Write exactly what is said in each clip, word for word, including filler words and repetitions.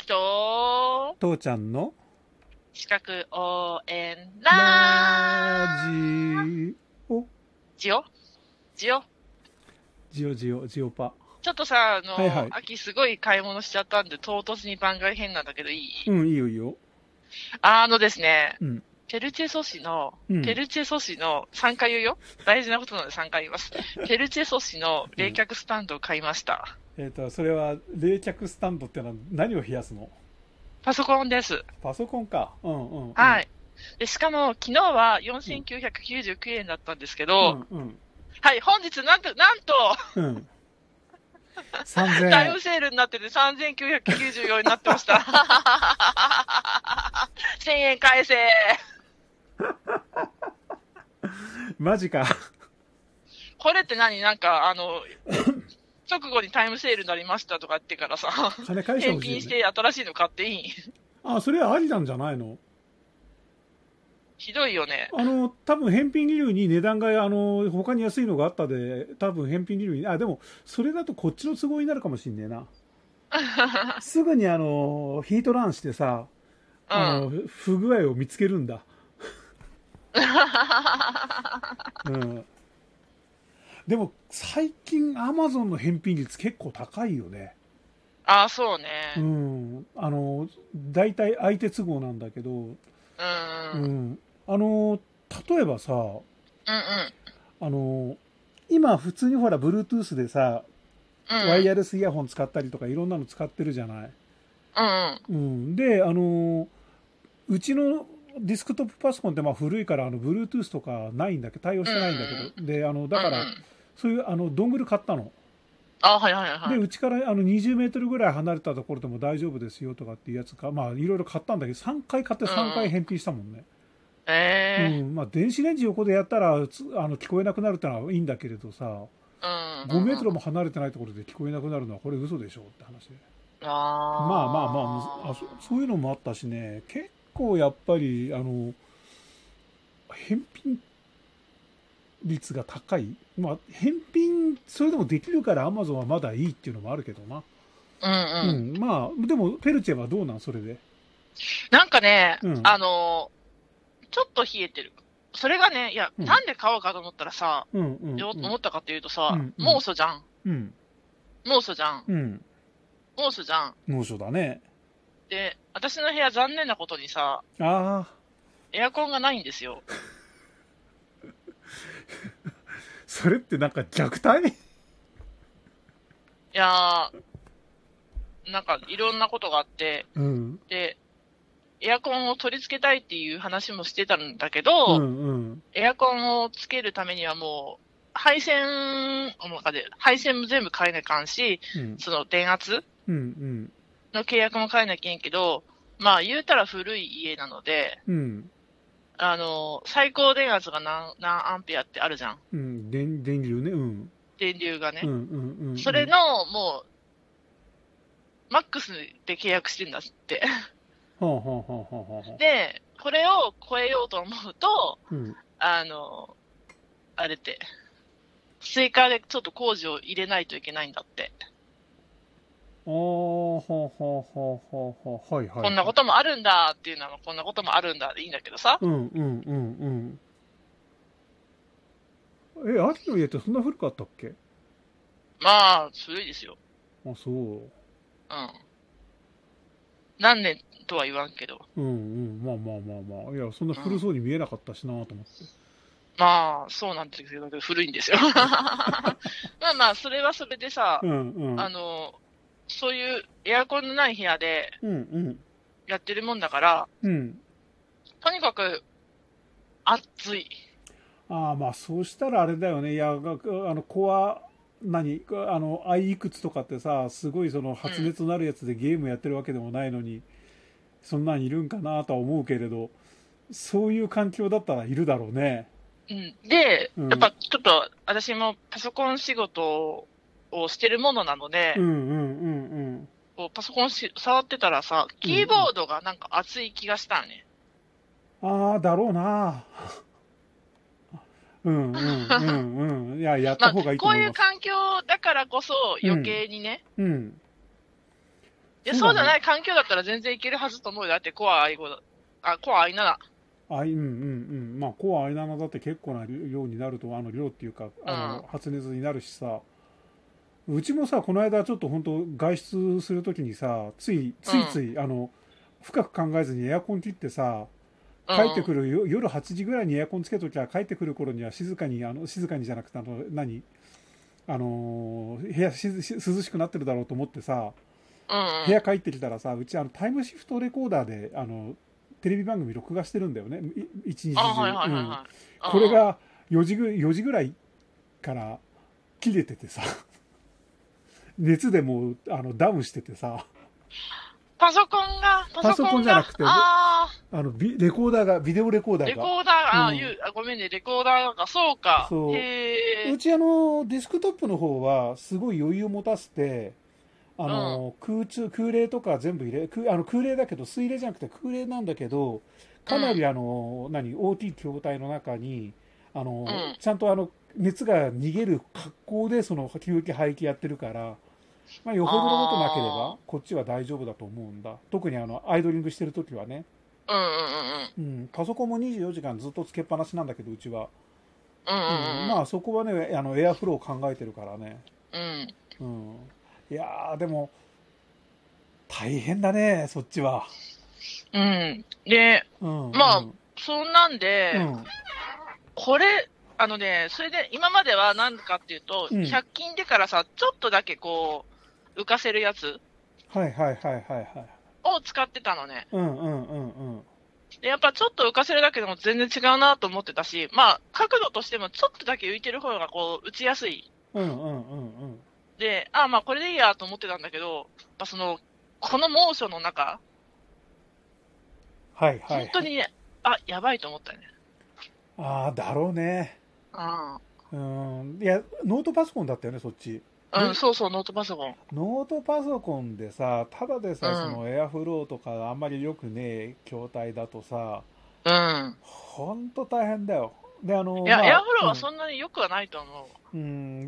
と、 父ちゃんの資格応援ララジオジオジオジオジオジオパ。 ちょっとさ、あの、 はいはい。 秋すごい買い物しちゃったんで、唐突に番外編なんだけどいい、 うん、いいよいいよ。 あのですね、 うん。 ペルチェ素子の、 うんペルチェ素子の、さんかい言うよ。大事なことなのでさんかい言います。ペルチェ素子の冷却スタンドを買いました。 えっ、と、それは冷却スタンドってのは何を冷やすの？ パソコンです。 パソコンか。うんうんうん。 はい。で、しかも、昨日はうん。 よんせんきゅうひゃくきゅうじゅうきゅうえんだったんですけうど、 んうん。 はい、本日なんと、なんと、 うん。3000 タイム円。 セールになっててさんぜんきゅうひゃくきゅうじゅうよんえんになってました。せんえん返せ。 マジか。 これって何なんか、あの、直後にタイムセールになりましたとか言ってからさ、 金返してほ返しいよね。 品して新しいの買っていい？ あ、それはありなんじゃないの？ ひどいよね。 あの、多分返品理由に値段が、あの、他に安いのがあったで、多分返品理由に、あ、でも、それだとこっちの都合になるかもしんねえな。すぐにあの、ヒートランしてさ、 うん。 あの、不具合を見つけるんだ。うん。でも、最近アマゾンの返品率結構高いよね。 ああ、そううね。 ん。あの、大体相手都合なんだけど、 うん。 うん。あの、例えばさ、 うんうん。 あの、今普通にほら、Bluetooth でさ、 うんうん。 ワイヤレスイヤホン使ったりとかいろんなの使ってるじゃない。 うんうん。 うん。で、あの、うちのディスクトップパソコンってまあ古いから、あの、Bluetooth とかないんだけど、対応うんしてないんだけど、で、あの、 うん。 だから、 うんうん。 そういう、あの、ドングル買ったの。 あ、はいはいで、 はい。 うちからあのにじゅうメートルぐらい離れたところでも大丈夫ですよとかっていうやつか、まあ、いろいろ買ったんだけど、さんかい買ってうんさんかいうん。 返品したもんね。うええん。まあ、電子レンジ横でやったら、つあの、聞こえなくなるってのはいいんだけれどさ、 ー。うんうごメートルもんうん。 離れてないところで聞こえなくなるのはこれ嘘でしょって話で。まあまあまあ、むずあそあそういうのもあったしね、結構やっぱり、あの、返品率が高い。まあ、返品、それでもできるからアマゾンはまだいいっていうのもあるけどな。 あ。うんうん。 うん、まあ、でも、ペルチェはどうなんそれで。 なんかね、 うん、 あのーちょっと冷えてる。それがね、いや、 うん、 なんで買おうかと思ったらさ、 うん、うん、 ようん、 思ったかっていうとさ、 うん、うん、 猛暑じゃん。 うん、 猛暑じゃん。 うん、 猛暑じゃん。 猛暑だね。 で、私の部屋残念なことにさ、 ああ、 エアコンがないんですよ。 それってなんか虐待？ いやー、なんかいろんなことがあって、 うん、 で、エアコンを取り付けたいっていう話もしてたんだけうん、 ど、 うん、 エアコンをつけるためにはもう、配線、おまかで、配線も全部変えなきゃいかんし、 うん、 その電圧うん、 の契約も変えなきゃいけんけど、まあ言うたら古い家なので、 うん、 あの、最高電圧が何、何アンペアってあるじゃん。 うん、電、電流ね、うん、 電流がうん、うね。 ん、うん、 それの、もう、マックスで契約してんだって。 はあ、はあ、はあ、はあ、はあ、 で、これを超えようと思うと、 うん、 あの、あれって、追加でちょっと工事を入れないといけないんだって。 ああ、はあ、はあ、はあ、はあ、はあ、はい、はい、はい。 こんなこともあるんだっていうのは、こんなこともあるんだでいいんだけどさ。 うん、うん、うん、うん。え、秋の家ってそんな古かったっけ？ まあ、古いですよ。 あ、そうん。何年とは言わんけど。 う。うん、うん、まあまあまあまあ。いや、そんなうん。 古そうに見えなかったしなと思って。 まあ、そうなんですけど、古いんですよ。まあまあ、それはそれでさ、 うん、うん、 あの、そういうエアコンのない部屋でうん、うん、 やってるもんだから、 うん。 とにかく暑い。 ああ、まあ、そうしたらあれだよね。いや、があの、コア、何あの、アイいくつとかってさ、すごいそのうん。 発熱なるやつでゲームやってるわけでもないのに、そんなんいるんかなとは思うけれど、そういう環境だったらいるだろうね。 うん。で、 うん、 やっぱちょっと私もパソコン仕事をしてるものなので、 うん、うん、うん、 こうパソコンし触ってたらさ、 うん、うん。 キーボードがなんか熱い気がしたね。 ああ、だろうな。うん、うん、うん、うん。いや、やっまあ、 た方がいいとこういう思います。 環境だからこそ余うん、 計にね、 うん。 や、そうじゃない環境だったら全然いけるはずと思うよ。だってコア アイファイブ だ。あ、コア アイセブン。 あ、うんうんうん。まあ、コア アイセブン だって結構な量になると、あの量っていうか、 うん。 あの、発熱になるしさ、うちもさ、この間ちょっと本当外出するときにさ、つい、 うん。 ついつい、あの、深く考えずにエアコン切ってさ、帰ってうん。 くるよ夜はちじぐらいにエアコンつけときゃ帰ってくる頃には静かに、あの、静かにじゃなくて、あの、何あのー部屋しし涼しくなってるだろうと思ってさ、 うん。 部屋帰ってきたらさ、うちあのタイムシフトレコーダーで、あの、テレビ番組録画してるんだよね。い一あ、 日中。 はいはいうん。 はいはい。うんうん。 これがよじぐ、よじぐらいから切れててさ、熱でもう、あの、ダウンしててさ、 パソコンが、パパソコンソコンが、 じゃなくて、 ああの、ビレコーダーが、ビデオレコーダー、 ーが、 レコーダー、あー、 うん。 ゆう、あ、ごめんね、レコーダーが、そうか。 そう。うへえ。 ちあの、デスクトップの方は、すごい余裕を持たせて、あうん。 の、空中、空冷とか全部入れ、空あの空冷だけど、水冷じゃなくて空冷なんだけど、 うん。 かなりあの、何、大きい筐体の中に、あの、 うん。 ちゃんとあの、熱が逃げる格好で、その、吸気排気やってるから、まあ、よほどのことなければ、 あこっちは大丈夫だと思うんだ。特にあの、アイドリングしてるときはね。 あ。うんうんうんうん。 うん、パソコンもにじゅうよじかんずっとつけっぱなしなんだけど、うちは。 うんううん、まあ、 んそこはね、あの、エアフロー考えてるからね。 うん。うん。 うん。いやー、でも、大変だね、そっちは。 うん。で、 うん、 まあ、 うん、 そんなんで、 うん、 これ、あのね、それで今までは何かっていうと、 うん。 ひゃく均でからさ、ちょっとだけこう、浮かせるやつはいはいはいはいはい。 を使ってたのね。 うん、うん、うん、うん。 で、やっぱちょっと浮かせるだけでも全然違うなと思ってたし、まあ、角度としてもちょっとだけ浮いてる方がこう、打ちやすい。 うん、うん、うん、うん。 で、ああ、まあこれでいいやと思ってたんだけど、やっぱその、この猛暑の中、 はいはいはい。 本当にね、あ、やばいと思ったね。 ああ、だろうね。 あうん。いや、ノートパソコンだったよね、そっち。 あ、うん、 で、 そうそう、ノートパソコン。 ノートパソコンでさ、ただでさえそうん、 のエアフローとかあんまり良くねえ筐体だとさ、 うん。 ほんと大変だよ。で、あの、 いや、エまあ、 アフローはうん。 そんなに良くはないと思うん。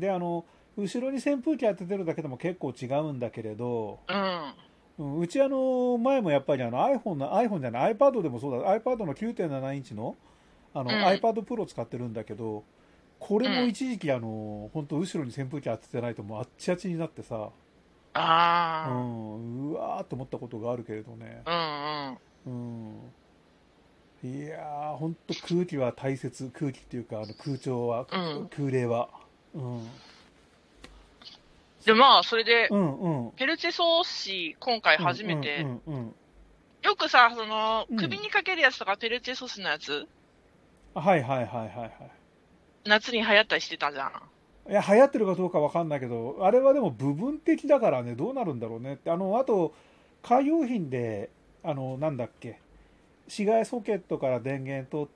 で、あの、後ろに扇風機当ててるだけでも結構違うんだけれど、 う。うん、 うん、うちあの、前もやっぱりあの iPhone の、iPhone じゃない iPad でもそうだ、iPad のきゅうてんななインチの、あのうん、 iPad Pro 使ってるんだけど、これもうん。 一時期あの、本当後ろに扇風機当ててないともうあっちあっちになってさ、うあん、うわーって思ったことがあるけれどね。 あ、うん、うん。 うん。いやー、本当空気は大切。空気っていうか、あの空調は、 うん。 空冷は。うん。 で、まあ、それで、 うんうん。 ペルチェソーシ今回うん初めうんうて、 んうん。 よくさ、その、 うん。 首にかけるやつとかペルチェソーシのやつ、 はいはいはいはいはい。 夏に流行ったりしてたじゃん。 いや、流行ってるかどうかわかんないけど、あれはでも部分的だからね、どうなるんだろうねって。あの、あと、カー用品で、あの、なんだっけ、市外ソケットから電源取って、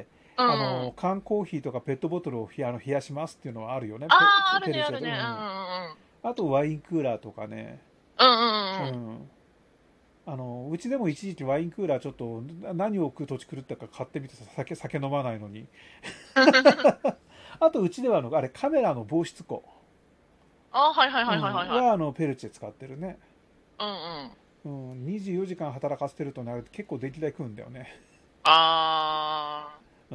うん。 あの、 あ缶コーヒーとかペットボトルを冷やあの冷やしますっていうのはあるよね、ペ、 あ、あるね、 ペルチェで。 あるね。うんううん。 んうん。 あと、ワインクーラーとかね。 うんうんうんうん。 うん。あの、うちでも一時期ワインクーラーちょっと何を置く土地狂ったか買ってみてさ、酒、酒飲まないのに。あと、うちではあの、あれ、カメラの防湿庫。 ああ、はいはいはいはいはいうん。 はい。 は、あの、ペルチェ使ってるね。 うんうん。 うん。にじゅうよじかん働かせてるとなると結構電気代食うんだよね。 あうん。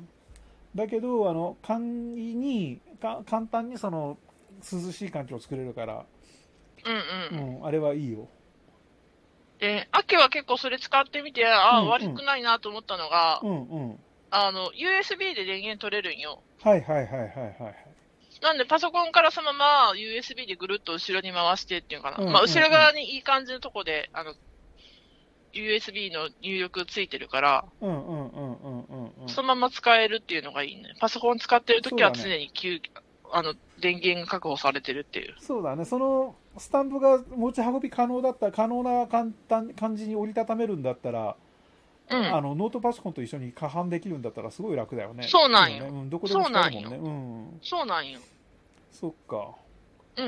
だけど、あの、簡易に、か簡単にその、涼しい環境を作れるから、 あ、うんうん。 うん、あれはいいよ。 で、秋は結構それ使ってみて、ああ、 うん、うん、 悪くないなと思ったのが、 うん、うん。 あの、ユーエスビー で電源取れるんよ。 はいはいはいはいはいはい。 なんで、パソコンからそのまま ユーエスビー でぐるっと後ろに回してっていうかな。 うん、 まあ、 うん、うん。 後ろ側にいい感じのとこで、あの、ユーエスビー の入力ついてるから、 うん、うん、うん、うん、うん。うん。 そのまま使えるっていうのがいいね。パソコン使ってるときはそうだね。 常に急、あの、電源が確保されてるっていう。 そうだね。その、スタンプが持ち運び可能だったら、可能な簡単、感じに折りたためるんだったら、 うん。 あの、ノートパソコンと一緒に可搬できるんだったらすごい楽だよね。 そうないいよね。うんよ。 ん、どこでもそうなんよ。 使えるもんね。うん。 そうなんよ。 そっか。 うん。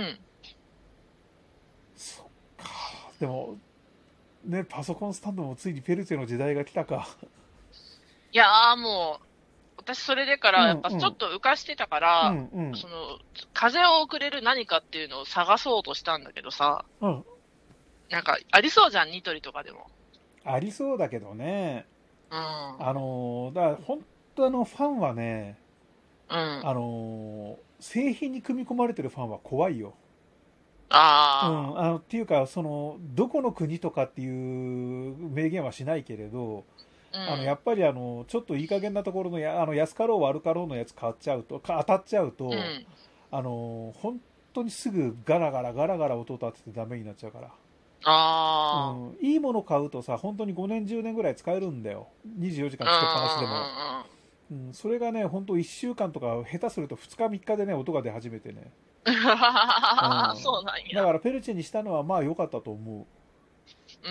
そっか。でも、ね、パソコンスタンドもついにペルチェの時代が来たか。 いやーもう、私それでかうら、やっんうん。 ぱちょっと浮かしてたかうんら、 うん。 その、風を送れる何かっていうのを探そうとしたんだけどさ、 うん。 なんか、ありそうじゃん、ニトリとかでも。 ありそうだけどね。 うん。 あのーだから本当あのファンはね、 うん。ああのー製品に組み込まれてるファンは怖いよ。うあ。 ん、あのっていうか、そのどこの国とかっていう明言はしないけれど、 うん。 あのやっぱりあのちょっといい加減なところのやあの安かろう悪かろうのやつ買っちゃうとか当たっちゃうと、 うん。 あの本当にすぐガラガラガラガラ音立ててダメになっちゃうから、 あうん、いいもの買うとさ本当にごねんじゅうねんぐらい使えるんだよ、にじゅうよじかんつけっぱなしでも、 あ。 うん、それがね本当いっしゅうかんとか下手するとふつかみっかでね音が出始めてね、 うんうんうん。 うん、 そうなんや。 だからペルチェにしたのはまあ良かったと思うん。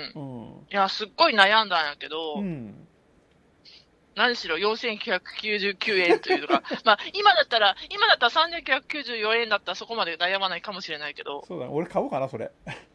う、うんいや、すっごい悩んだんやけど、 うん、 何しろよんせんきゅうひゃくきゅうじゅうきゅうえんというのが、まあ、今だったら、今だったらさんぜんきゅうひゃくきゅうじゅうよんえんだったらそこまで悩まないかもしれないけど。 そうだね、俺買おうかなそれ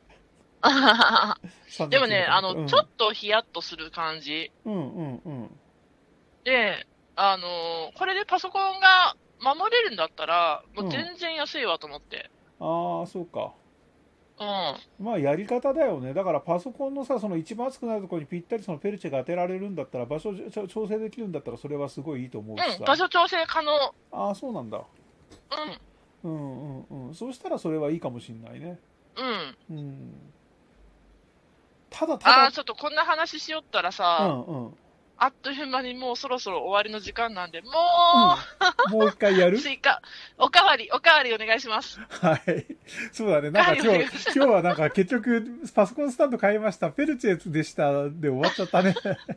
でもね、あの、ちょっうんとヒヤッとする感じ。 うんうんうんで、あのこれでパソコンが守れるんだったら、もううん、 全然安いわと思って。 ああそうか、 うん。 まあやり方だよね。だからパソコンのさ、その一番熱くなるところにぴったりそのペルチェが当てられるんだったら、場所ちょ調整できるんだったら、それはすごいいいと思うしうん、 さ。 場所調整可能。 ああ、そうなんだ。 うん、 うんうんうん。そうしたらそれはいいかもしんないね。 うん。 うん。ただただ、 ああ、ちょっとこんな話しよったらうさ、 んうん。 あっという間にもうそろそろ終わりの時間なんで、もうん。もう一回やう、 る追加、おかわり、おかわりお願いします。 はい。そうだね。なんか今日、 はいお願いします今日はなんか結局、パソコンスタンド買いました。ペルチェでしたで終わっちゃったね。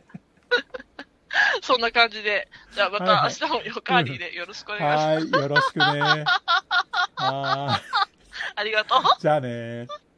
そんな感じで。じゃあまはいはいた明日もおかわりでよろしくお願いします。 はい。よろしくね。はーい。 ありがとう。 じゃあね。